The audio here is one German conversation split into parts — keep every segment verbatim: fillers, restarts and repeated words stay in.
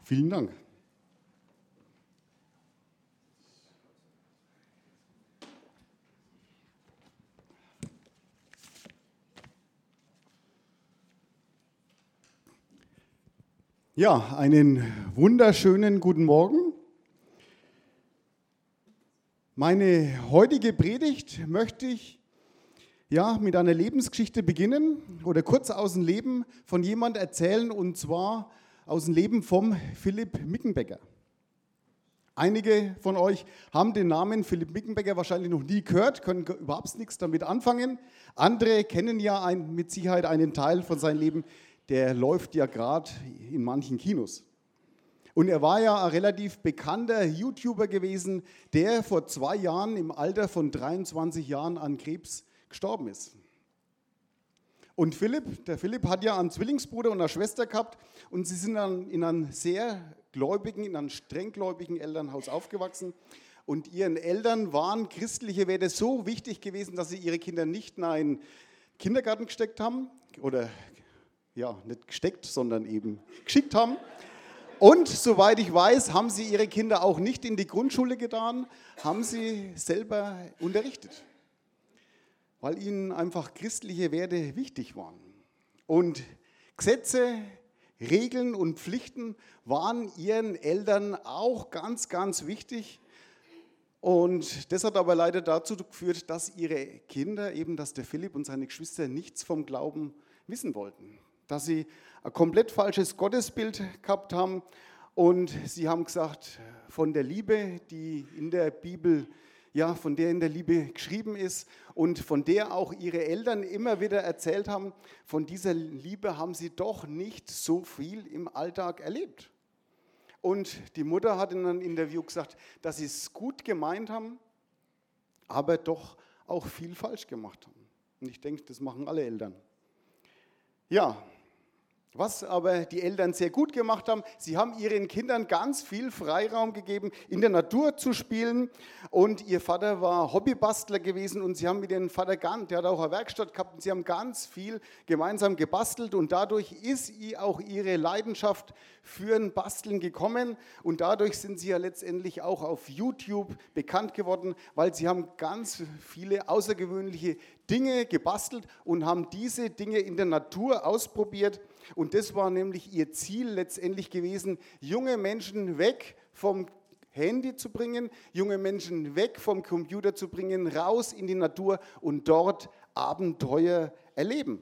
Vielen Dank. Ja, einen wunderschönen guten Morgen. Meine heutige Predigt möchte ich ja, mit einer Lebensgeschichte beginnen oder kurz aus dem Leben von jemand erzählen, und zwar aus dem Leben vom Philipp Mickenbecker. Einige von euch haben den Namen Philipp Mickenbecker wahrscheinlich noch nie gehört, können überhaupt nichts damit anfangen. Andere kennen ja ein, mit Sicherheit einen Teil von seinem Leben, der läuft ja gerade in manchen Kinos. Und er war ja ein relativ bekannter YouTuber gewesen, der vor zwei Jahren im Alter von dreiundzwanzig Jahren an Krebs gestorben ist. Und Philipp, der Philipp hat ja einen Zwillingsbruder und eine Schwester gehabt und sie sind dann in einem sehr gläubigen, in einem strenggläubigen Elternhaus aufgewachsen. Und ihren Eltern waren christliche Werte so wichtig gewesen, dass sie ihre Kinder nicht in einen Kindergarten gesteckt haben oder ja, nicht gesteckt, sondern eben geschickt haben. Und soweit ich weiß, haben sie ihre Kinder auch nicht in die Grundschule getan, haben sie selber unterrichtet, weil ihnen einfach christliche Werte wichtig waren. Und Gesetze, Regeln und Pflichten waren ihren Eltern auch ganz, ganz wichtig. Und das hat aber leider dazu geführt, dass ihre Kinder, eben dass der Philipp und seine Geschwister nichts vom Glauben wissen wollten. Dass sie ein komplett falsches Gottesbild gehabt haben und sie haben gesagt, von der Liebe, die in der Bibel, ja, von der in der Liebe geschrieben ist und von der auch ihre Eltern immer wieder erzählt haben, von dieser Liebe haben sie doch nicht so viel im Alltag erlebt. Und die Mutter hat in einem Interview gesagt, dass sie es gut gemeint haben, aber doch auch viel falsch gemacht haben. Und ich denke, das machen alle Eltern. Ja, was aber die Eltern sehr gut gemacht haben, sie haben ihren Kindern ganz viel Freiraum gegeben, in der Natur zu spielen. Und ihr Vater war Hobbybastler gewesen und sie haben mit dem Vater, ganz, der hat auch eine Werkstatt gehabt, und sie haben ganz viel gemeinsam gebastelt. Und dadurch ist auch ihre Leidenschaft für ein Basteln gekommen. Und dadurch sind sie ja letztendlich auch auf YouTube bekannt geworden, weil sie haben ganz viele außergewöhnliche Dinge gebastelt und haben diese Dinge in der Natur ausprobiert. Und das war nämlich ihr Ziel letztendlich gewesen, junge Menschen weg vom Handy zu bringen, junge Menschen weg vom Computer zu bringen, raus in die Natur und dort Abenteuer erleben.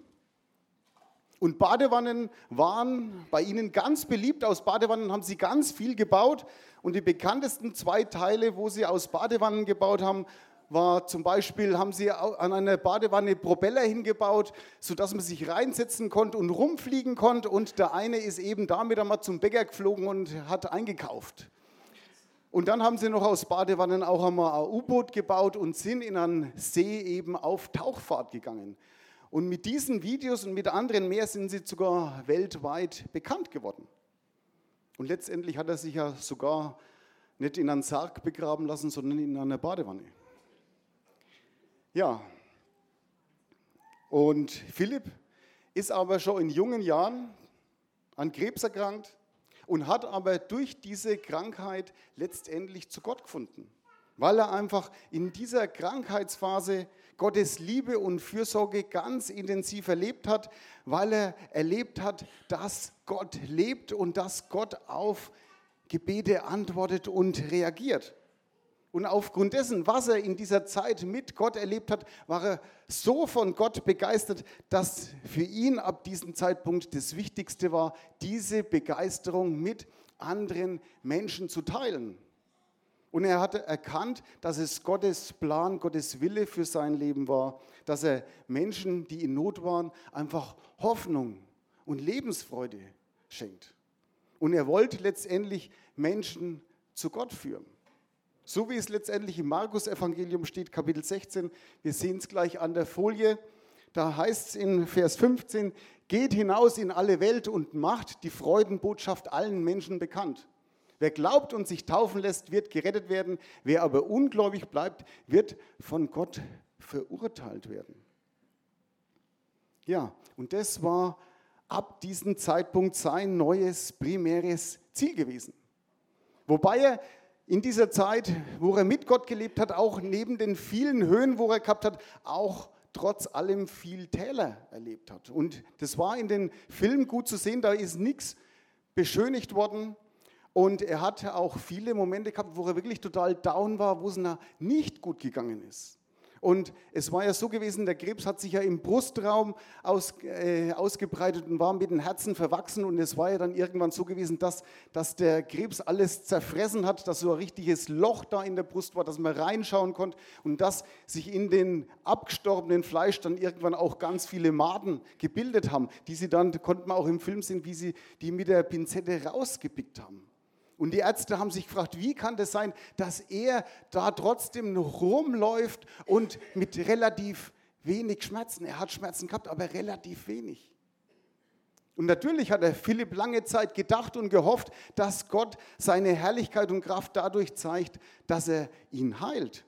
Und Badewannen waren bei ihnen ganz beliebt. Aus Badewannen haben sie ganz viel gebaut. Und die bekanntesten zwei Teile, wo sie aus Badewannen gebaut haben, war zum Beispiel, haben sie an einer Badewanne Propeller hingebaut, sodass man sich reinsetzen konnte und rumfliegen konnte. Und der eine ist eben damit einmal zum Bäcker geflogen und hat eingekauft. Und dann haben sie noch aus Badewannen auch einmal ein U-Boot gebaut und sind in einen See eben auf Tauchfahrt gegangen. Und mit diesen Videos und mit anderen mehr sind sie sogar weltweit bekannt geworden. Und letztendlich hat er sich ja sogar nicht in einen Sarg begraben lassen, sondern in einer Badewanne. Ja, und Philipp ist aber schon in jungen Jahren an Krebs erkrankt und hat aber durch diese Krankheit letztendlich zu Gott gefunden, weil er einfach in dieser Krankheitsphase Gottes Liebe und Fürsorge ganz intensiv erlebt hat, weil er erlebt hat, dass Gott lebt und dass Gott auf Gebete antwortet und reagiert. Und aufgrund dessen, was er in dieser Zeit mit Gott erlebt hat, war er so von Gott begeistert, dass für ihn ab diesem Zeitpunkt das Wichtigste war, diese Begeisterung mit anderen Menschen zu teilen. Und er hatte erkannt, dass es Gottes Plan, Gottes Wille für sein Leben war, dass er Menschen, die in Not waren, einfach Hoffnung und Lebensfreude schenkt. Und er wollte letztendlich Menschen zu Gott führen. So wie es letztendlich im Markus-Evangelium steht, Kapitel sechzehn, wir sehen es gleich an der Folie, da heißt es in Vers fünfzehn, geht hinaus in alle Welt und macht die Freudenbotschaft allen Menschen bekannt. Wer glaubt und sich taufen lässt, wird gerettet werden, wer aber ungläubig bleibt, wird von Gott verurteilt werden. Ja, und das war ab diesem Zeitpunkt sein neues primäres Ziel gewesen. Wobei er in dieser Zeit, wo er mit Gott gelebt hat, auch neben den vielen Höhen, wo er gehabt hat, auch trotz allem viel Täler erlebt hat. Und das war in den Filmen gut zu sehen, da ist nichts beschönigt worden. Und er hatte auch viele Momente gehabt, wo er wirklich total down war, wo es ihm nicht gut gegangen ist. Und es war ja so gewesen, der Krebs hat sich ja im Brustraum aus, äh, ausgebreitet und war mit dem Herzen verwachsen. Und es war ja dann irgendwann so gewesen, dass, dass der Krebs alles zerfressen hat, dass so ein richtiges Loch da in der Brust war, dass man reinschauen konnte und dass sich in den abgestorbenen Fleisch dann irgendwann auch ganz viele Maden gebildet haben, die sie dann, konnte man auch im Film sehen, wie sie die mit der Pinzette rausgepickt haben. Und die Ärzte haben sich gefragt, wie kann das sein, dass er da trotzdem noch rumläuft und mit relativ wenig Schmerzen. Er hat Schmerzen gehabt, aber relativ wenig. Und natürlich hat der Philipp lange Zeit gedacht und gehofft, dass Gott seine Herrlichkeit und Kraft dadurch zeigt, dass er ihn heilt.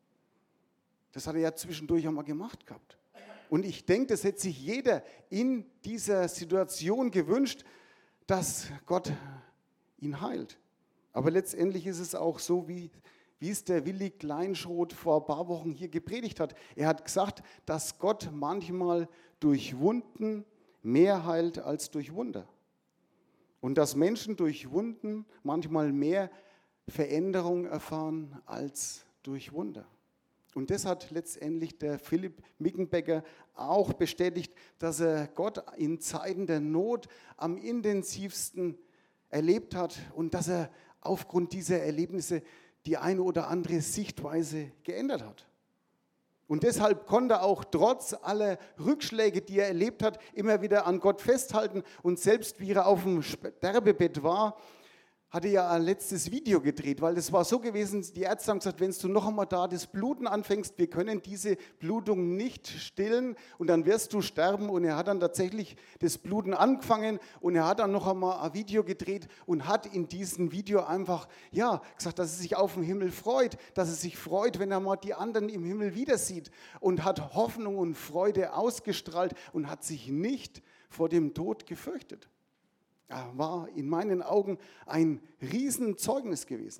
Das hat er ja zwischendurch einmal gemacht gehabt. Und ich denke, das hätte sich jeder in dieser Situation gewünscht, dass Gott ihn heilt. Aber letztendlich ist es auch so, wie, wie es der Willi Kleinschroth vor ein paar Wochen hier gepredigt hat. Er hat gesagt, dass Gott manchmal durch Wunden mehr heilt als durch Wunder. Und dass Menschen durch Wunden manchmal mehr Veränderung erfahren als durch Wunder. Und das hat letztendlich der Philipp Mickenbecker auch bestätigt, dass er Gott in Zeiten der Not am intensivsten erlebt hat und dass er aufgrund dieser Erlebnisse die eine oder andere Sichtweise geändert hat. Und deshalb konnte er auch trotz aller Rückschläge, die er erlebt hat, immer wieder an Gott festhalten. Und selbst wie er auf dem Sterbebett war, hatte ja ein letztes Video gedreht, weil es war so gewesen, die Ärzte haben gesagt, wenn du noch einmal da das Bluten anfängst, wir können diese Blutung nicht stillen und dann wirst du sterben. Und er hat dann tatsächlich das Bluten angefangen und er hat dann noch einmal ein Video gedreht und hat in diesem Video einfach ja, gesagt, dass er sich auf den Himmel freut, dass er sich freut, wenn er mal die anderen im Himmel wieder sieht und hat Hoffnung und Freude ausgestrahlt und hat sich nicht vor dem Tod gefürchtet. War in meinen Augen ein Riesenzeugnis gewesen.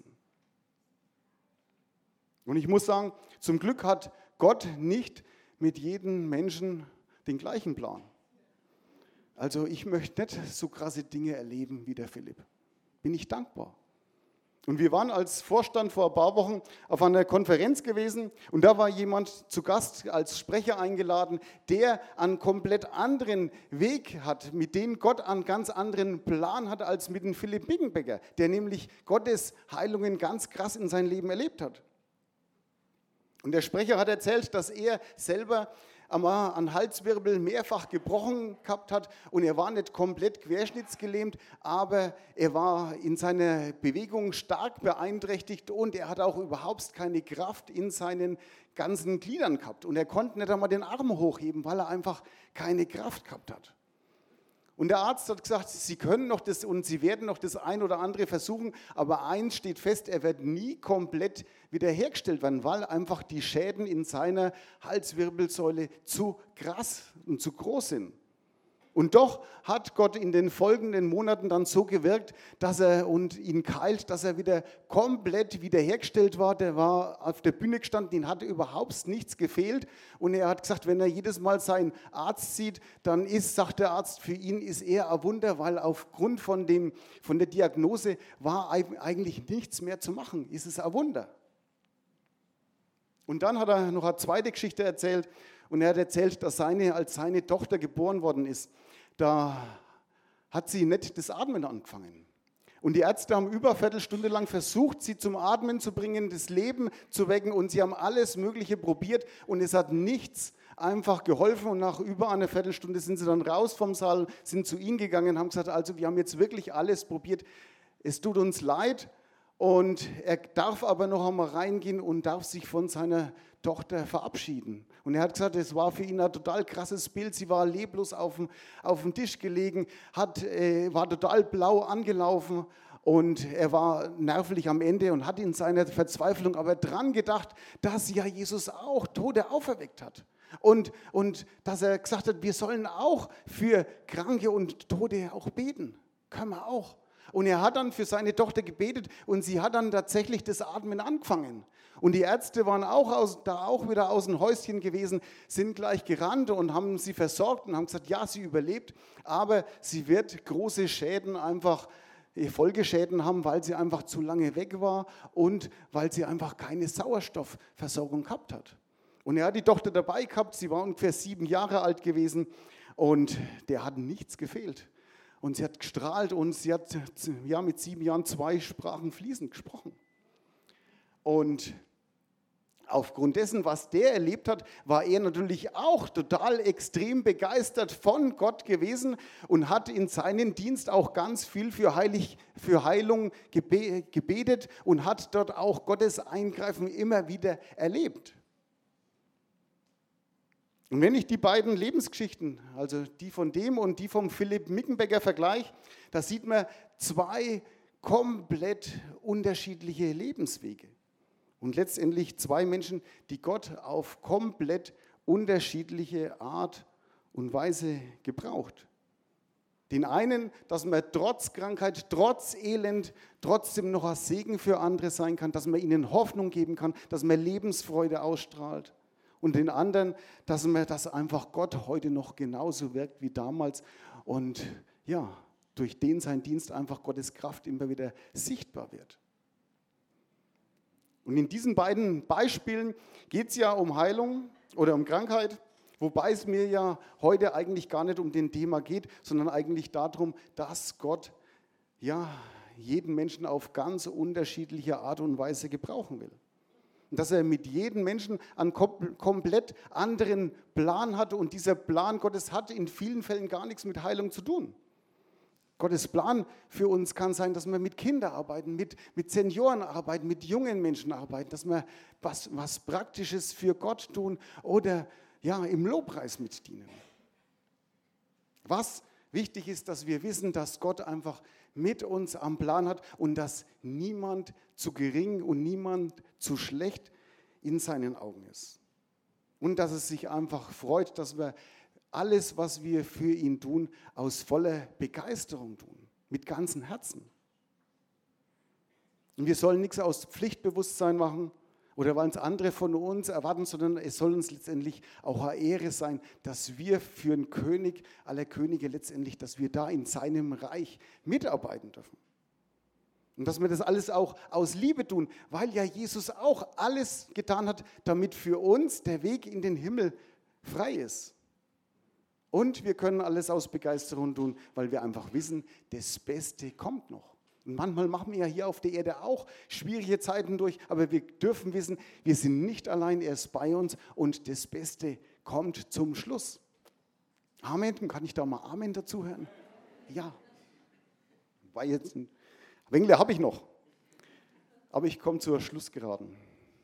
Und ich muss sagen, zum Glück hat Gott nicht mit jedem Menschen den gleichen Plan. Also ich möchte nicht so krasse Dinge erleben wie der Philipp. Bin ich dankbar. Und wir waren als Vorstand vor ein paar Wochen auf einer Konferenz gewesen und da war jemand zu Gast als Sprecher eingeladen, der einen komplett anderen Weg hat, mit dem Gott einen ganz anderen Plan hat als mit dem Philipp Mickenbecker, der nämlich Gottes Heilungen ganz krass in seinem Leben erlebt hat. Und der Sprecher hat erzählt, dass er selber einmal einen Halswirbel mehrfach gebrochen gehabt hat und er war nicht komplett querschnittsgelähmt, aber er war in seiner Bewegung stark beeinträchtigt und er hat auch überhaupt keine Kraft in seinen ganzen Gliedern gehabt und er konnte nicht einmal den Arm hochheben, weil er einfach keine Kraft gehabt hat. Und der Arzt hat gesagt, Sie können noch das und Sie werden noch das ein oder andere versuchen, aber eins steht fest, er wird nie komplett wiederhergestellt werden, weil einfach die Schäden in seiner Halswirbelsäule zu krass und zu groß sind. Und doch hat Gott in den folgenden Monaten dann so gewirkt, dass er und ihn geheilt, dass er wieder komplett wiederhergestellt war. Der war auf der Bühne gestanden, ihm hatte überhaupt nichts gefehlt. Und er hat gesagt, wenn er jedes Mal seinen Arzt sieht, dann ist, sagt der Arzt, für ihn ist er ein Wunder, weil aufgrund von, dem, von der Diagnose war eigentlich nichts mehr zu machen. Ist es ein Wunder. Und dann hat er noch eine zweite Geschichte erzählt. Und er hat erzählt, dass seine, als seine Tochter geboren worden ist, da hat sie nicht das Atmen angefangen. Und die Ärzte haben über eine Viertelstunde lang versucht, sie zum Atmen zu bringen, das Leben zu wecken. Und sie haben alles Mögliche probiert und es hat nichts einfach geholfen. Und nach über einer Viertelstunde sind sie dann raus vom Saal, sind zu ihm gegangen und haben gesagt, also wir haben jetzt wirklich alles probiert. Es tut uns leid. Und er darf aber noch einmal reingehen und darf sich von seiner Tochter verabschieden. Und er hat gesagt, es war für ihn ein total krasses Bild. Sie war leblos auf dem, auf dem Tisch gelegen, hat, äh, war total blau angelaufen und er war nervlich am Ende und hat in seiner Verzweiflung aber dran gedacht, dass ja Jesus auch Tote auferweckt hat. Und, und dass er gesagt hat, wir sollen auch für Kranke und Tote auch beten. Können wir auch. Und er hat dann für seine Tochter gebetet und sie hat dann tatsächlich das Atmen angefangen. Und die Ärzte waren auch aus, da auch wieder aus dem Häuschen gewesen, sind gleich gerannt und haben sie versorgt und haben gesagt, ja, sie überlebt, aber sie wird große Schäden einfach, Folgeschäden haben, weil sie einfach zu lange weg war und weil sie einfach keine Sauerstoffversorgung gehabt hat. Und er hat die Tochter dabei gehabt, sie war ungefähr sieben Jahre alt gewesen und der hat nichts gefehlt. Und sie hat gestrahlt und sie hat ja, mit sieben Jahren zwei Sprachen fließend gesprochen. Und aufgrund dessen, was der erlebt hat, war er natürlich auch total extrem begeistert von Gott gewesen und hat in seinem Dienst auch ganz viel für, Heilig, für Heilung gebetet und hat dort auch Gottes Eingreifen immer wieder erlebt. Und wenn ich die beiden Lebensgeschichten, also die von dem und die vom Philipp Mickenbecker vergleiche, da sieht man zwei komplett unterschiedliche Lebenswege. Und letztendlich zwei Menschen, die Gott auf komplett unterschiedliche Art und Weise gebraucht. Den einen, dass man trotz Krankheit, trotz Elend trotzdem noch ein Segen für andere sein kann, dass man ihnen Hoffnung geben kann, dass man Lebensfreude ausstrahlt. Und den anderen, dass man, dass einfach Gott heute noch genauso wirkt wie damals und ja, durch den sein Dienst einfach Gottes Kraft immer wieder sichtbar wird. Und in diesen beiden Beispielen geht es ja um Heilung oder um Krankheit, wobei es mir ja heute eigentlich gar nicht um den Thema geht, sondern eigentlich darum, dass Gott ja jeden Menschen auf ganz unterschiedliche Art und Weise gebrauchen will. Und dass er mit jedem Menschen einen komplett anderen Plan hat und dieser Plan Gottes hat in vielen Fällen gar nichts mit Heilung zu tun. Gottes Plan für uns kann sein, dass wir mit Kindern arbeiten, mit, mit Senioren arbeiten, mit jungen Menschen arbeiten, dass wir was, was Praktisches für Gott tun oder ja, im Lobpreis mitdienen. Was wichtig ist, dass wir wissen, dass Gott einfach mit uns am Plan hat und dass niemand zu gering und niemand zu schlecht in seinen Augen ist. Und dass es sich einfach freut, dass wir alles, was wir für ihn tun, aus voller Begeisterung tun, mit ganzem Herzen. Und wir sollen nichts aus Pflichtbewusstsein machen oder weil es andere von uns erwarten, sondern es soll uns letztendlich auch eine Ehre sein, dass wir für den König aller Könige letztendlich, dass wir da in seinem Reich mitarbeiten dürfen. Und dass wir das alles auch aus Liebe tun, weil ja Jesus auch alles getan hat, damit für uns der Weg in den Himmel frei ist. Und wir können alles aus Begeisterung tun, weil wir einfach wissen, das Beste kommt noch. Und manchmal machen wir ja hier auf der Erde auch schwierige Zeiten durch, aber wir dürfen wissen, wir sind nicht allein, er ist bei uns und das Beste kommt zum Schluss. Amen. Kann ich da mal Amen dazu hören? Ja. War jetzt ein Wengler habe ich noch, aber ich komme zur Schlussgeraden.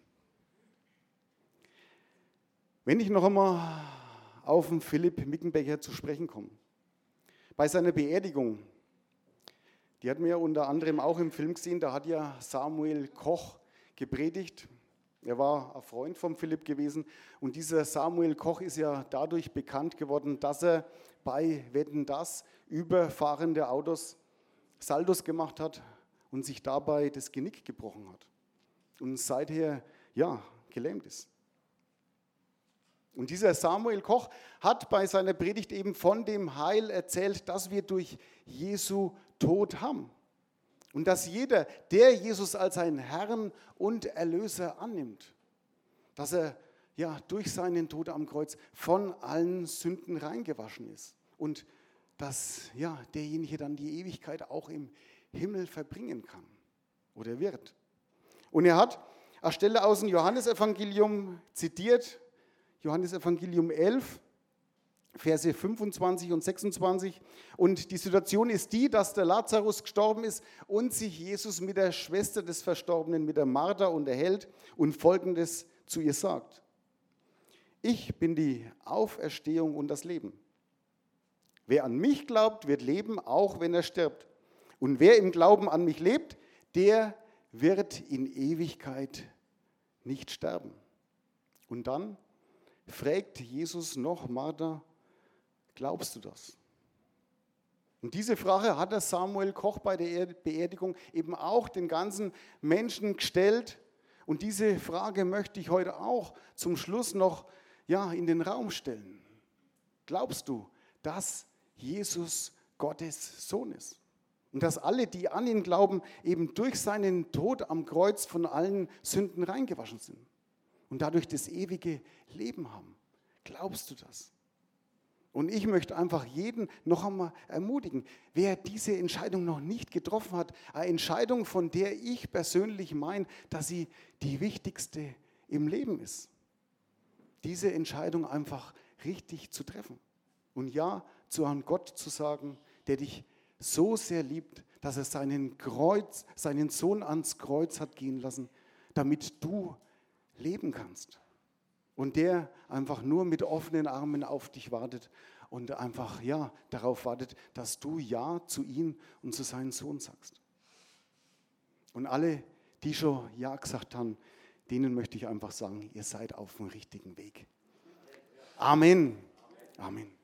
Wenn ich noch einmal auf den Philipp Mickenbecker zu sprechen komme. Bei seiner Beerdigung, die hat mir ja unter anderem auch im Film gesehen, da hat ja Samuel Koch gepredigt. Er war ein Freund von Philipp gewesen und dieser Samuel Koch ist ja dadurch bekannt geworden, dass er bei Wetten, dass überfahrende Autos Saldos gemacht hat und sich dabei das Genick gebrochen hat und seither ja gelähmt ist. Und dieser Samuel Koch hat bei seiner Predigt eben von dem Heil erzählt, das wir durch Jesu Tod haben. Und dass jeder, der Jesus als seinen Herrn und Erlöser annimmt, dass er ja durch seinen Tod am Kreuz von allen Sünden reingewaschen ist. Und dass ja, derjenige dann die Ewigkeit auch im Himmel verbringen kann oder wird. Und er hat eine Stelle aus dem Johannesevangelium zitiert, Johannesevangelium elf, Verse fünfundzwanzig und sechsundzwanzig. Und die Situation ist die, dass der Lazarus gestorben ist und sich Jesus mit der Schwester des Verstorbenen, mit der Martha, unterhält und Folgendes zu ihr sagt. Ich bin die Auferstehung und das Leben. Wer an mich glaubt, wird leben, auch wenn er stirbt. Und wer im Glauben an mich lebt, der wird in Ewigkeit nicht sterben. Und dann fragt Jesus noch Martha, glaubst du das? Und diese Frage hat der Samuel Koch bei der Beerdigung eben auch den ganzen Menschen gestellt. Und diese Frage möchte ich heute auch zum Schluss noch ja, in den Raum stellen. Glaubst du, dass Jesus Gottes Sohn ist? Und dass alle, die an ihn glauben, eben durch seinen Tod am Kreuz von allen Sünden reingewaschen sind und dadurch das ewige Leben haben? Glaubst du das? Und ich möchte einfach jeden noch einmal ermutigen, wer diese Entscheidung noch nicht getroffen hat, eine Entscheidung, von der ich persönlich meine, dass sie die wichtigste im Leben ist. Diese Entscheidung einfach richtig zu treffen. Und ja, zu einem Gott zu sagen, der dich so sehr liebt, dass er seinen, Kreuz, seinen Sohn ans Kreuz hat gehen lassen, damit du leben kannst. Und der einfach nur mit offenen Armen auf dich wartet und einfach ja darauf wartet, dass du Ja zu ihm und zu seinem Sohn sagst. Und alle, die schon Ja gesagt haben, denen möchte ich einfach sagen, ihr seid auf dem richtigen Weg. Amen. Amen.